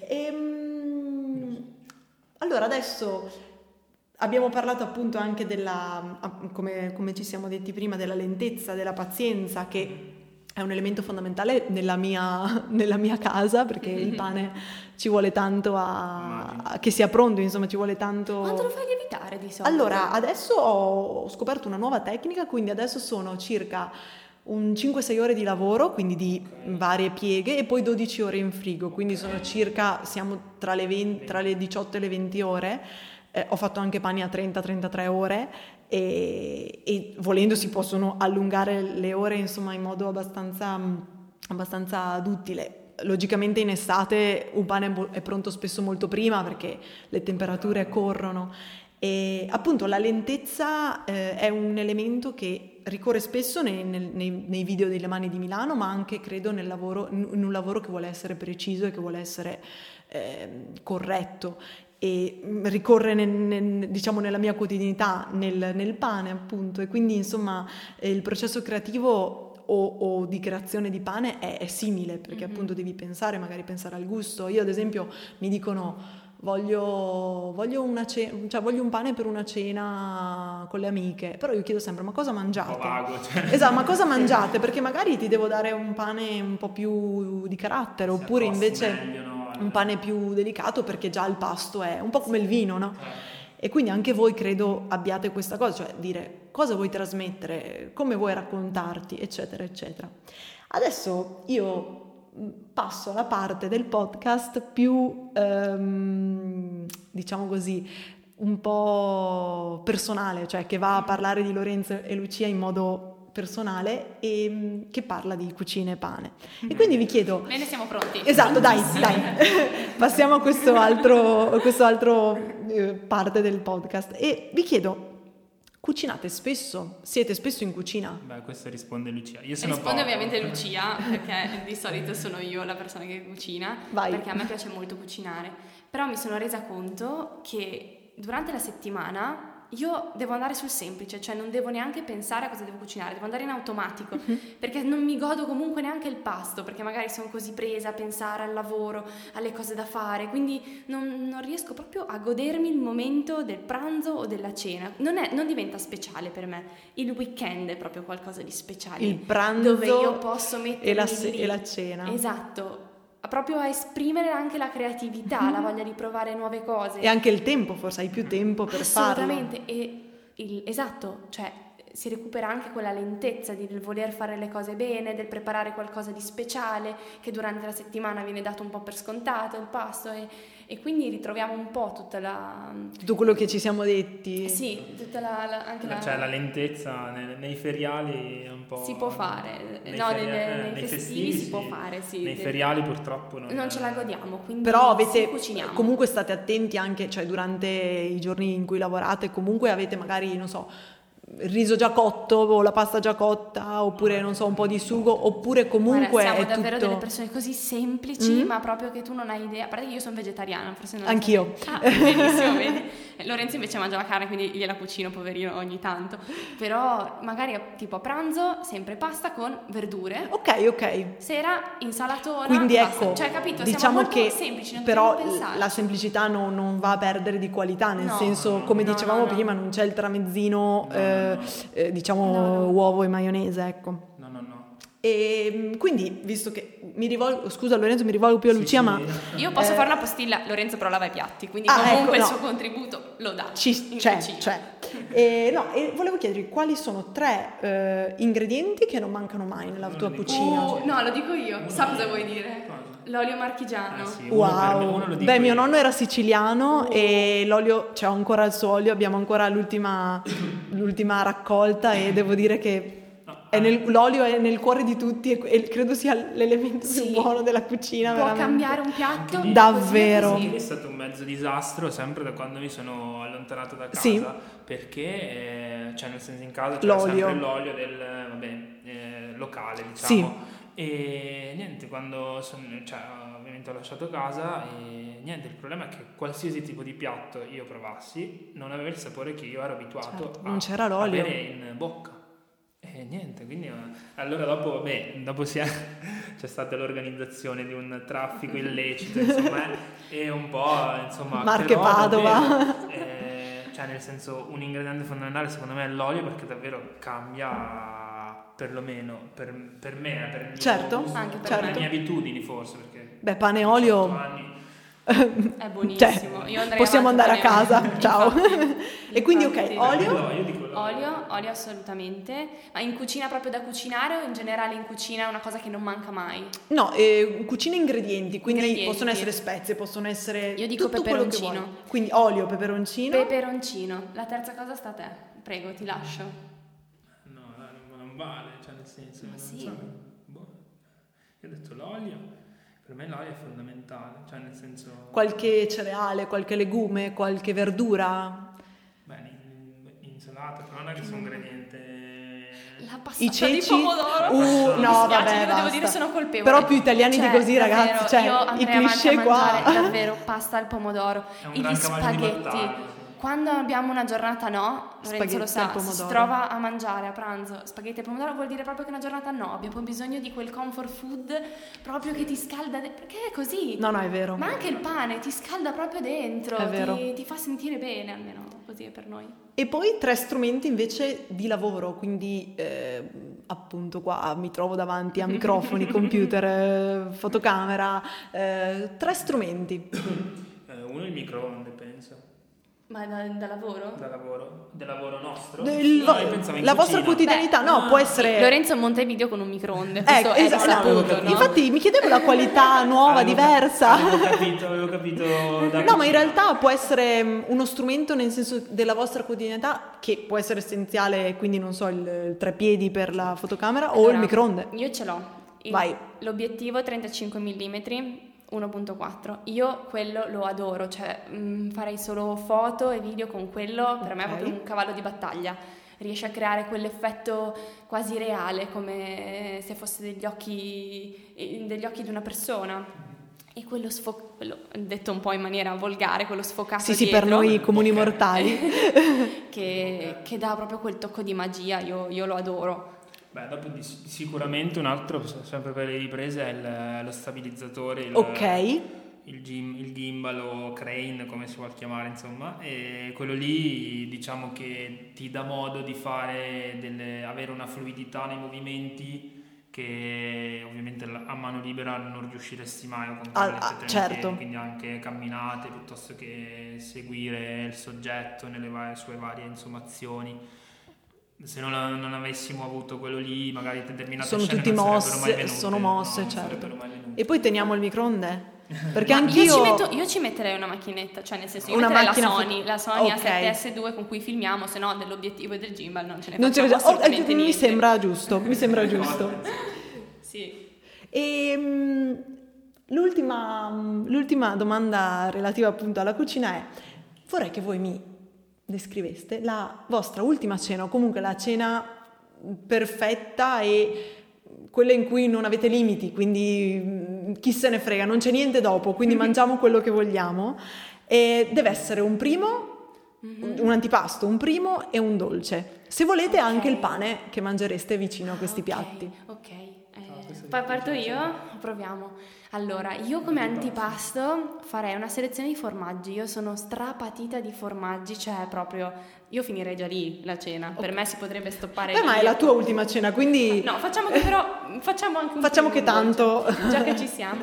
Allora adesso abbiamo parlato appunto anche come ci siamo detti prima, della lentezza, della pazienza, che è un elemento fondamentale nella mia casa, perché il pane ci vuole tanto che sia pronto, insomma ci vuole tanto. Quanto lo fai lievitare di solito? Allora, adesso ho scoperto una nuova tecnica, quindi adesso sono circa un 5-6 ore di lavoro, quindi di varie pieghe, e poi 12 ore in frigo, quindi siamo tra le 18 e le 20 ore. Ho fatto anche pani a 30-33 ore e volendo si possono allungare le ore, insomma, in modo abbastanza duttile. Logicamente in estate un pane è pronto spesso molto prima perché le temperature corrono, e appunto la lentezza è un elemento che ricorre spesso nei video delle Mani di Milano, ma anche credo in un lavoro che vuole essere preciso e che vuole essere corretto, e ricorre diciamo nella mia quotidianità nel pane, appunto, e quindi insomma il processo creativo o di creazione di pane è simile, perché appunto devi magari pensare al gusto. Io ad esempio mi dicono voglio un pane per una cena con le amiche, però io chiedo sempre: ma cosa mangiate? Un po' vago, cioè. Esatto, ma cosa mangiate? Perché magari ti devo dare un pane un po' più di carattere, oppure invece meglio, no? Un pane più delicato, perché già il pasto è un po' come il vino, no? E quindi anche voi credo abbiate questa cosa, cioè dire cosa vuoi trasmettere, come vuoi raccontarti, eccetera, eccetera. Adesso io passo alla parte del podcast più, diciamo così, un po' personale, cioè che va a parlare di Lorenzo e Lucia in modo personale e che parla di cucina e pane. E quindi vi chiedo... Bene, siamo pronti. Esatto, dai. Passiamo a questo altro parte del podcast e vi chiedo, cucinate spesso? Siete spesso in cucina? Beh, questo risponde Lucia. Io risponde ovviamente Lucia, perché di solito sono io la persona che cucina. Vai. Perché a me piace molto cucinare. Però mi sono resa conto che durante la settimana io devo andare sul semplice, cioè non devo neanche pensare a cosa devo cucinare, devo andare in automatico, perché non mi godo comunque neanche il pasto, perché magari sono così presa a pensare al lavoro, alle cose da fare, quindi non riesco proprio a godermi il momento del pranzo o della cena. Non diventa speciale per me, il weekend è proprio qualcosa di speciale. Il pranzo dove io posso mettermi e la cena. Esatto. Proprio a esprimere anche la creatività, la voglia di provare nuove cose. E anche il tempo, forse hai più tempo per farlo. Assolutamente, esatto, cioè si recupera anche quella lentezza del voler fare le cose bene, del preparare qualcosa di speciale, che durante la settimana viene dato un po' per scontato il pasto e quindi ritroviamo un po' tutto quello che ci siamo detti. Sì, tutta cioè la lentezza nei feriali è un po'... Si può fare, nei festivi si può fare, sì. Nei feriali purtroppo non ce la godiamo, quindi però cuciniamo. Comunque state attenti anche, cioè durante i giorni in cui lavorate, comunque avete magari, non so, il riso già cotto o la pasta già cotta, oppure non so, un po' di sugo, oppure comunque guarda, siamo è davvero tutto... delle persone così semplici, ma proprio che tu non hai idea. A parte che io sono vegetariana, forse non anch'io. Benissimo, vedi. Lorenzo invece mangia la carne, quindi gliela cucino, poverino, ogni tanto. Però magari tipo a pranzo sempre pasta con verdure. Ok. Sera insalatona. Quindi pasta. ecco, cioè capito, diciamo siamo molto che semplici, non però dobbiamo pensare. la semplicità non va a perdere di qualità, nel No, senso, come no, dicevamo no. prima, non c'è il tramezzino, diciamo, No. uovo e maionese, ecco. No. E quindi, visto che scusa Lorenzo, mi rivolgo più a Lucia, Sì. ma io posso fare una postilla, Lorenzo però lava i piatti, quindi ecco, comunque il no. suo contributo lo dà. C'è. E volevo chiedervi quali sono 3 ingredienti che non mancano mai nella tua cucina. No, lo dico io. Sa cosa vuoi dire? L'olio marchigiano. Sì, Wow, uno lo dico mio io. nonno era siciliano e l'olio, c'è ancora il suo olio, abbiamo ancora l'ultima raccolta e devo dire che l'olio è nel cuore di tutti e credo sia l'elemento più buono della cucina. Può veramente. cambiare un piatto. Davvero. Così. È stato un mezzo disastro sempre da quando mi sono allontanato da casa, Sì. Perché cioè nel senso in casa c'era L'olio. sempre l'olio locale, diciamo. Sì. E niente, quando ovviamente ho lasciato casa e niente, il problema è che qualsiasi tipo di piatto io provassi non aveva il sapore che io ero abituato non c'era l'olio. avere in bocca. E niente, quindi allora dopo c'è stata l'organizzazione di un traffico illecito, insomma, e un po', insomma, Marche però Padova. davvero, cioè nel senso un ingrediente fondamentale secondo me è l'olio, perché davvero cambia, perlomeno per me, per il mio Certo, gusto, anche per certo. le mie abitudini forse, perché Beh, pane e olio 18 anni. È buonissimo. Io andrei possiamo avanti andare a con casa. le- Ciao. Infatti. E quindi Infatti. olio? Io dico l'olio. Olio assolutamente. Ma in cucina proprio da cucinare o in generale in cucina è una cosa che non manca mai? No, cucina ingredienti, quindi Ingredienti. possono essere spezie, possono essere Io dico tutto quello che peperoncino. vuoi. Quindi olio, peperoncino. Peperoncino. La terza cosa sta a te. Prego, ti lascio. No, non vale, cioè nel senso, Ma non sì. so, io ho detto l'olio, per me l'olio è fondamentale, cioè nel senso... Qualche cereale, qualche legume, qualche verdura. Beh, insalata, però non è che sia un ingrediente... La I passata di ceci. pomodoro. No, Mi dispiace, vabbè, io devo basta. dire sono colpevole. Però più italiani di così, davvero, ragazzi, cioè, io i andrei avanti cliché a qua. mangiare davvero pasta al pomodoro, È un gli gran cavallo di spaghetti. battaglia, sì. Quando abbiamo una giornata Lorenzo Spaghetti lo al sa, pomodoro. si trova a mangiare a pranzo spaghetti al pomodoro, vuol dire proprio che una giornata no, abbiamo bisogno di quel comfort food proprio che ti scalda, perché è così. No, è vero. Ma anche il pane ti scalda proprio dentro, È vero. ti fa sentire bene, almeno così è per noi. E poi 3 strumenti invece di lavoro, quindi appunto qua mi trovo davanti a microfoni, computer, fotocamera, 3 strumenti. Uno il microonde, penso. Ma da lavoro? Del lavoro nostro? La vostra quotidianità, può essere... Lorenzo monta i video con un microonde, questo è saputo, no? Infatti mi chiedevo la qualità nuova, diversa. Avevo capito No, ma in realtà può essere uno strumento nel senso della vostra quotidianità, che può essere essenziale, quindi non so, il treppiedi per la fotocamera o il microonde. Io ce l'ho. Vai. L'obiettivo 35 mm 1.4, io quello lo adoro, cioè farei solo foto e video con quello, per me è proprio un cavallo di battaglia, riesce a creare quell'effetto quasi reale, come se fosse degli occhi di una persona, e quello detto un po' in maniera volgare, quello sfocato sì, per noi comuni mortali, che dà proprio quel tocco di magia, io lo adoro. Beh, dopo sicuramente un altro, sempre per le riprese, è lo stabilizzatore, il gimbal o crane, come si vuol chiamare, insomma, e quello lì diciamo che ti dà modo di avere una fluidità nei movimenti che ovviamente a mano libera non riusciresti mai con certo. Quindi anche camminate piuttosto che seguire il soggetto nelle sue varie azioni. Se non avessimo avuto quello lì, magari determinate sono scene tutti sono mosse, certo. E poi teniamo il microonde? Perché anch'io io ci metterei una macchinetta, cioè nel senso io una metterei la Sony okay. A7S2 con cui filmiamo, se no dell'obiettivo e del gimbal non ce ne non facciamo assolutamente niente. Mi sembra giusto. Sì. E l'ultima domanda relativa appunto alla cucina è: vorrei che voi mi descriveste la vostra ultima cena, o comunque la cena perfetta e quella in cui non avete limiti, quindi chi se ne frega, non c'è niente dopo, quindi mangiamo quello che vogliamo, e deve essere un primo, un antipasto, un primo e un dolce. Se volete anche il pane che mangereste vicino a questi piatti. Parto io? Proviamo. Allora, io come antipasto farei una selezione di formaggi. Io sono strapatita di formaggi, cioè proprio io finirei già lì la cena. Per me si potrebbe stoppare lì. Ma è la tua ultima cena, quindi no, facciamo che però facciamo anche un facciamo che tanto, già che ci siamo.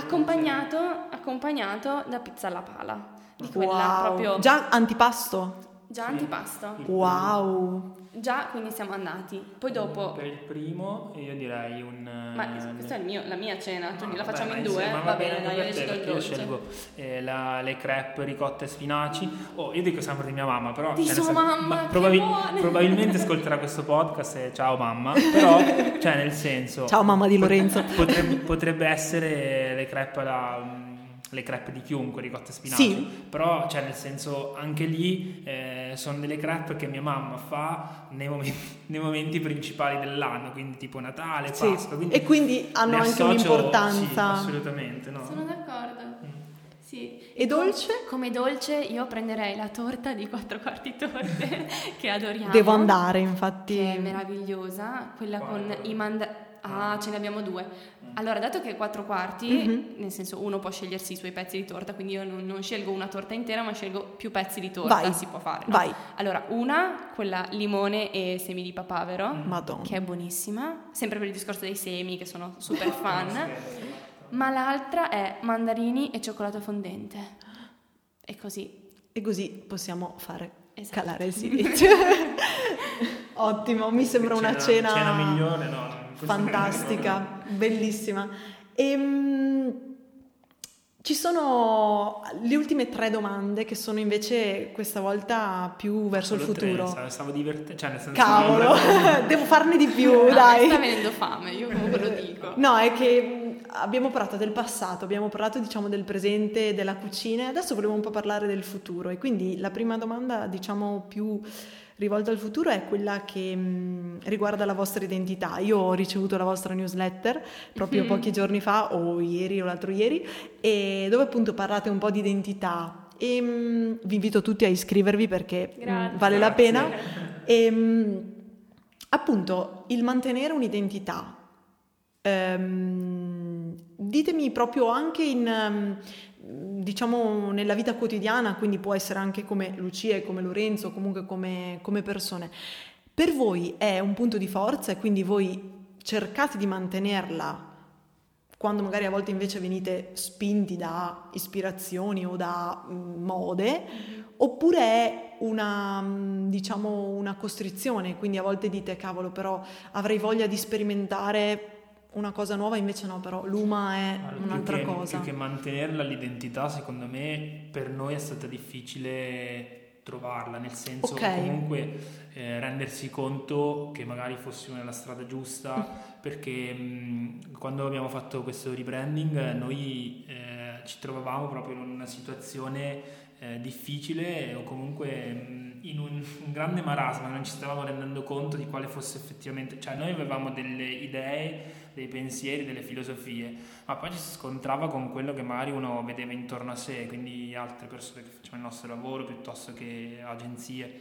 Accompagnato da pizza alla pala. Di quella proprio già antipasto. Già antipasto. Wow. Già, quindi siamo andati. Poi dopo per il primo io direi ma questa è la mia cena, la facciamo in due? Va bene, dai, io decido il dolce. Io scelgo le crepe ricotta e spinaci. Io dico sempre di mia mamma, però di sua mamma, probabilmente ascolterà questo podcast e ciao mamma, però cioè nel senso ciao mamma di Lorenzo. Potrebbe essere le crepe di chiunque, ricotta e spinaci, sì. Però cioè nel senso anche lì sono delle crepe che mia mamma fa nei momenti principali dell'anno, quindi tipo Natale, Pasqua, e quindi hanno anche un'importanza. Sì, assolutamente, no. Sono d'accordo. Sì. E dolce? Come dolce io prenderei la torta di 4 quarti torte che adoriamo. Devo andare, infatti. Che è meravigliosa, quella con i ce ne abbiamo 2. Allora, dato che è 4 quarti, nel senso uno può scegliersi i suoi pezzi di torta, quindi io non scelgo una torta intera, ma scelgo più pezzi di torta, si può fare, no? Vai. Allora, quella limone e semi di papavero, Madonna, che è buonissima, sempre per il discorso dei semi, che sono super fan, ma l'altra è mandarini e cioccolato fondente. E così possiamo fare calare il Esatto. silenzio. Ottimo, mi sembra una cena migliore, no? Fantastica, bellissima. Ci sono le ultime 3 domande che sono invece questa volta più verso il futuro. Stavo divertendo, cioè nel senso cavolo, devo farne di più, dai. Mi sta venendo fame, io comunque lo dico. No, è che abbiamo parlato del passato, abbiamo parlato diciamo del presente, della cucina, e adesso volevo un po' parlare del futuro, e quindi la prima domanda diciamo più rivolta al futuro è quella che riguarda la vostra identità. Io ho ricevuto la vostra newsletter proprio pochi giorni fa, o ieri o l'altro ieri, e dove appunto parlate un po' di identità, e vi invito tutti a iscrivervi perché vale la pena. E appunto il mantenere un'identità, ditemi proprio anche in diciamo nella vita quotidiana, quindi può essere anche come Lucia e come Lorenzo, comunque come persone, per voi è un punto di forza e quindi voi cercate di mantenerla quando magari a volte invece venite spinti da ispirazioni o da mode, oppure è una costrizione, quindi a volte dite cavolo, però avrei voglia di sperimentare una cosa nuova, invece no, però l'UMA è un'altra cosa. Più che mantenerla, l'identità secondo me per noi è stata difficile trovarla, nel senso comunque rendersi conto che magari fossimo nella strada giusta, perché quando abbiamo fatto questo rebranding noi ci trovavamo proprio in una situazione difficile o comunque in un grande marasma, non ci stavamo rendendo conto di quale fosse effettivamente, cioè noi avevamo delle idee, dei pensieri, delle filosofie, ma poi ci si scontrava con quello che magari uno vedeva intorno a sé, quindi altre persone che facevano il nostro lavoro piuttosto che agenzie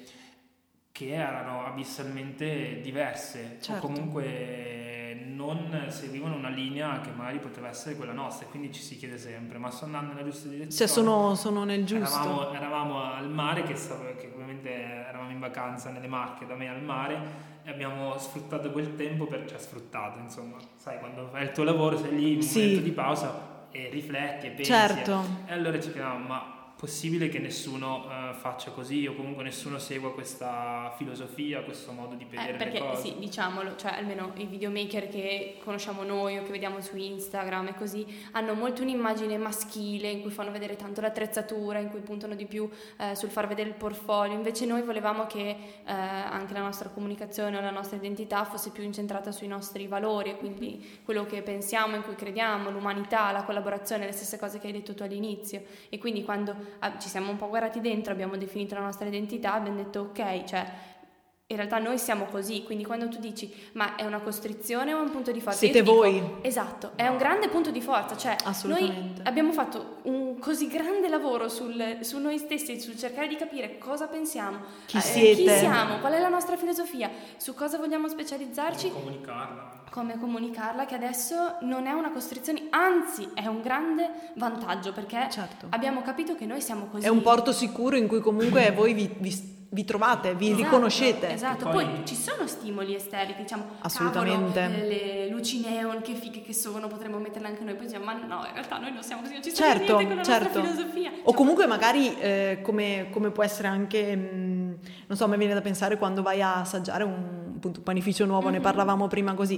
che erano abissalmente diverse, certo, o comunque non seguivano una linea che magari poteva essere quella nostra, e quindi ci si chiede sempre, ma sto andando nella giusta direzione? Cioè sono nel giusto. Eravamo al mare, che ovviamente eravamo in vacanza nelle Marche, da me al mare, e abbiamo sfruttato quel tempo sfruttato, insomma, sai, quando fai il tuo lavoro sei lì in un momento di pausa e rifletti e pensi, certo, e allora ci chiediamo, ma possibile che nessuno faccia così, o comunque nessuno segua questa filosofia, questo modo di vedere le cose? Sì, diciamolo, cioè almeno i videomaker che conosciamo noi o che vediamo su Instagram e così hanno molto un'immagine maschile in cui fanno vedere tanto l'attrezzatura, in cui puntano di più sul far vedere il portfolio. Invece noi volevamo che anche la nostra comunicazione o la nostra identità fosse più incentrata sui nostri valori, e quindi quello che pensiamo, in cui crediamo, l'umanità, la collaborazione, le stesse cose che hai detto tu all'inizio. E quindi quando ci siamo un po' guardati dentro, abbiamo definito la nostra identità, abbiamo detto ok, cioè in realtà noi siamo così, quindi quando tu dici ma è una costrizione o è un punto di forza? Siete voi. Esatto, è un grande punto di forza, cioè assolutamente. Noi abbiamo fatto un così grande lavoro su noi stessi, sul cercare di capire cosa pensiamo, chi siamo, qual è la nostra filosofia, su cosa vogliamo specializzarci, come comunicarla, che adesso non è una costrizione, anzi è un grande vantaggio, perché abbiamo capito che noi siamo così. È un porto sicuro in cui comunque voi vi trovate, vi riconoscete. Esatto, poi ci sono stimoli esterni, diciamo, assolutamente, cavolo, le luci neon, che fighe che sono, potremmo metterle anche noi, poi diciamo, ma no, in realtà noi non siamo così, non ci siamo niente con la nostra filosofia. O comunque magari come può essere anche, non so, mi viene da pensare quando vai a assaggiare un panificio nuovo, ne parlavamo prima così,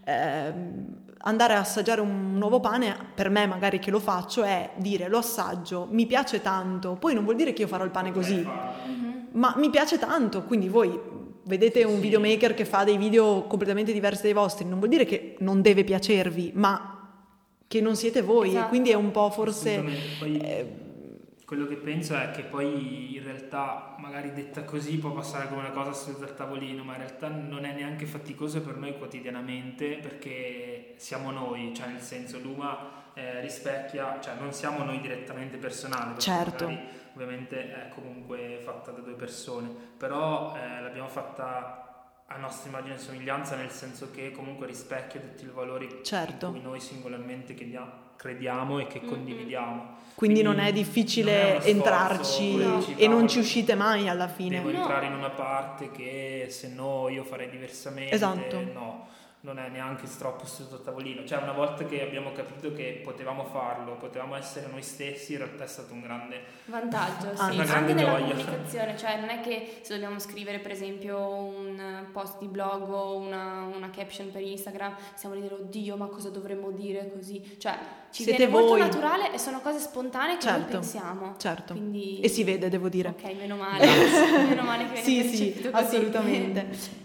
andare a assaggiare un nuovo pane, per me magari che lo faccio, è dire lo assaggio, mi piace tanto, poi non vuol dire che io farò il pane così, ma mi piace tanto, quindi voi vedete un videomaker che fa dei video completamente diversi dai vostri, non vuol dire che non deve piacervi, ma che non siete voi, e quindi è un po' forse... Quello che penso è che poi in realtà magari detta così può passare come una cosa assurda al tavolino, ma in realtà non è neanche faticoso per noi quotidianamente, perché siamo noi, cioè nel senso l'UMA rispecchia, cioè non siamo noi direttamente personali, perché magari ovviamente è comunque fatta da due persone, però l'abbiamo fatta a nostra immagine e somiglianza, nel senso che comunque rispecchia tutti i valori in cui noi singolarmente crediamo e che condividiamo. Quindi non è difficile entrarci e non ci uscite mai alla fine. Devo entrare in una parte che se no io farei diversamente. No, non è neanche troppo sotto tavolino. Cioè una volta che abbiamo capito che potevamo farlo, potevamo essere noi stessi, in realtà è stato un grande vantaggio, una grande anche nella gioia. Comunicazione, cioè non è che se dobbiamo scrivere per esempio un post di blog o una caption per Instagram stiamo a dire oddio ma cosa dovremmo dire così, cioè ci siete viene voi. molto naturale e sono cose spontanee che noi pensiamo. Quindi... E si vede, devo dire. Ok, meno male che viene percepito così. Assolutamente.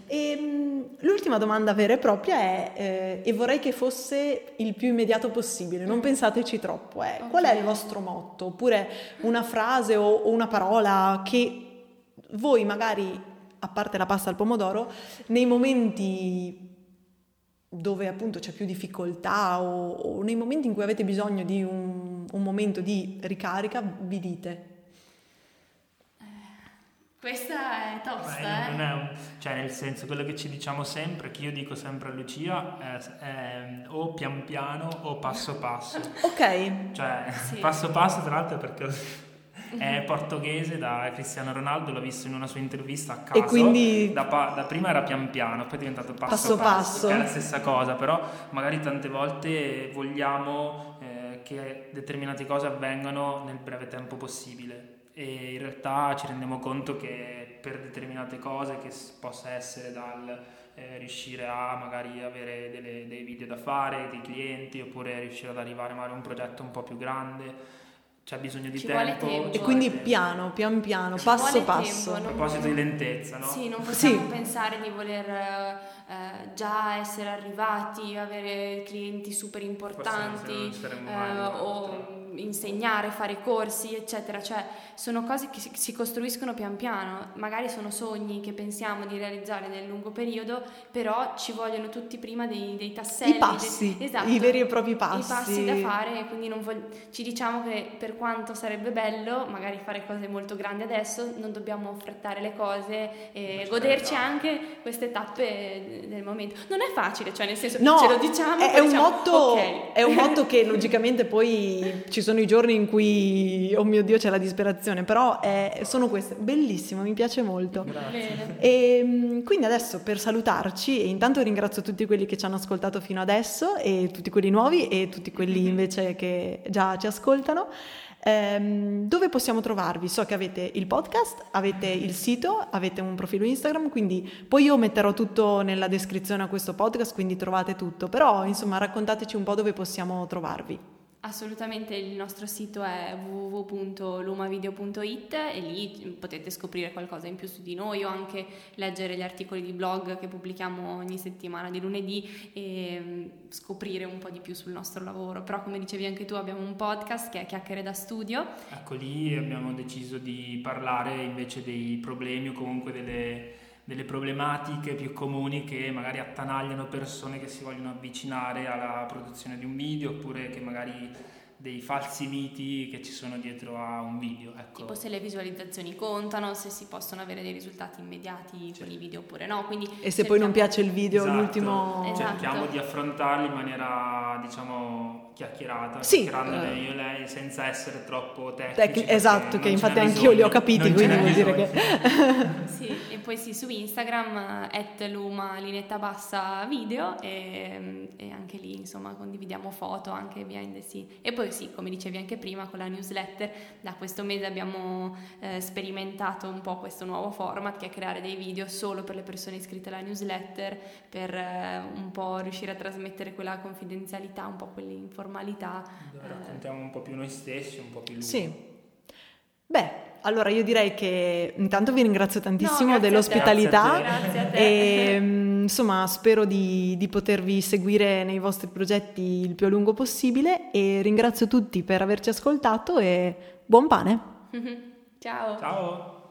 L'ultima domanda vera e propria è, e vorrei che fosse il più immediato possibile, non pensateci troppo, qual è il vostro motto? Oppure una frase o una parola che voi magari, a parte la pasta al pomodoro, nei momenti dove appunto c'è più difficoltà o nei momenti in cui avete bisogno di un momento di ricarica, vi dite? Questa è tosta, non è cioè nel senso, quello che ci diciamo sempre, che io dico sempre a Lucia, è o pian piano o passo passo. Ok. Cioè passo passo, tra l'altro, perché È portoghese, da Cristiano Ronaldo, l'ho visto in una sua intervista a caso. E quindi da prima era pian piano, poi è diventato passo passo. È la stessa cosa, però magari tante volte vogliamo che determinate cose avvengano nel breve tempo possibile, e in realtà ci rendiamo conto che per determinate cose, che possa essere dal riuscire a magari avere dei video da fare, dei clienti, oppure riuscire ad arrivare magari a un progetto un po' più grande, c'è bisogno di tempo. E quindi pian piano, passo passo. A proposito di lentezza, no? Sì, non possiamo pensare di voler già essere arrivati, avere clienti super importanti o insegnare, fare corsi, eccetera. Cioè, sono cose che si costruiscono pian piano. Magari sono sogni che pensiamo di realizzare nel lungo periodo, però ci vogliono tutti prima dei tasselli. I passi, esatto, i veri e propri passi. I passi da fare, quindi ci diciamo che per quanto sarebbe bello magari fare cose molto grandi adesso, non dobbiamo affrettare le cose e goderci anche queste tappe del momento. Non è facile, cioè nel senso, ce lo diciamo, è un diciamo, motto, okay. È un motto che logicamente poi ci sono i giorni in cui, oh mio Dio, c'è la disperazione, però sono queste. Bellissimo, mi piace molto. Bene. E quindi adesso, per salutarci, e intanto ringrazio tutti quelli che ci hanno ascoltato fino adesso, e tutti quelli nuovi e tutti quelli invece che già ci ascoltano. Dove possiamo trovarvi? So che avete il podcast, avete il sito, avete un profilo Instagram, quindi poi io metterò tutto nella descrizione a questo podcast, quindi trovate tutto, però insomma raccontateci un po' dove possiamo trovarvi. Assolutamente, il nostro sito è www.lumavideo.it e lì potete scoprire qualcosa in più su di noi o anche leggere gli articoli di blog che pubblichiamo ogni settimana di lunedì e scoprire un po' di più sul nostro lavoro. Però come dicevi anche tu, abbiamo un podcast che è Chiacchiere da Studio. Ecco, lì abbiamo deciso di parlare invece dei problemi o comunque delle problematiche più comuni che magari attanagliano persone che si vogliono avvicinare alla produzione di un video, oppure che magari dei falsi miti che ci sono dietro a un video, ecco. Tipo se le visualizzazioni contano, se si possono avere dei risultati immediati con i video oppure no. Quindi e se poi non piace il video, l'ultimo... Cerchiamo di affrontarli in maniera, diciamo, chiacchierata, sì, chiacchierandone io e lei, senza essere troppo tecnici. Esatto, che infatti anch'io li ho capiti, quindi vuol dire che... Sì, e poi sì, su Instagram @luma_video e anche lì insomma condividiamo foto anche behind the scene. E poi sì, come dicevi anche prima, con la newsletter da questo mese abbiamo sperimentato un po' questo nuovo format, che è creare dei video solo per le persone iscritte alla newsletter, per un po' riuscire a trasmettere quella confidenzialità, un po' quell'informalità. Raccontiamo un po' più noi stessi, un po' più lui. Sì. Beh, allora io direi che intanto vi ringrazio tantissimo dell'ospitalità. Grazie a te. E insomma spero di potervi seguire nei vostri progetti il più a lungo possibile, e ringrazio tutti per averci ascoltato e buon pane. Ciao. Ciao.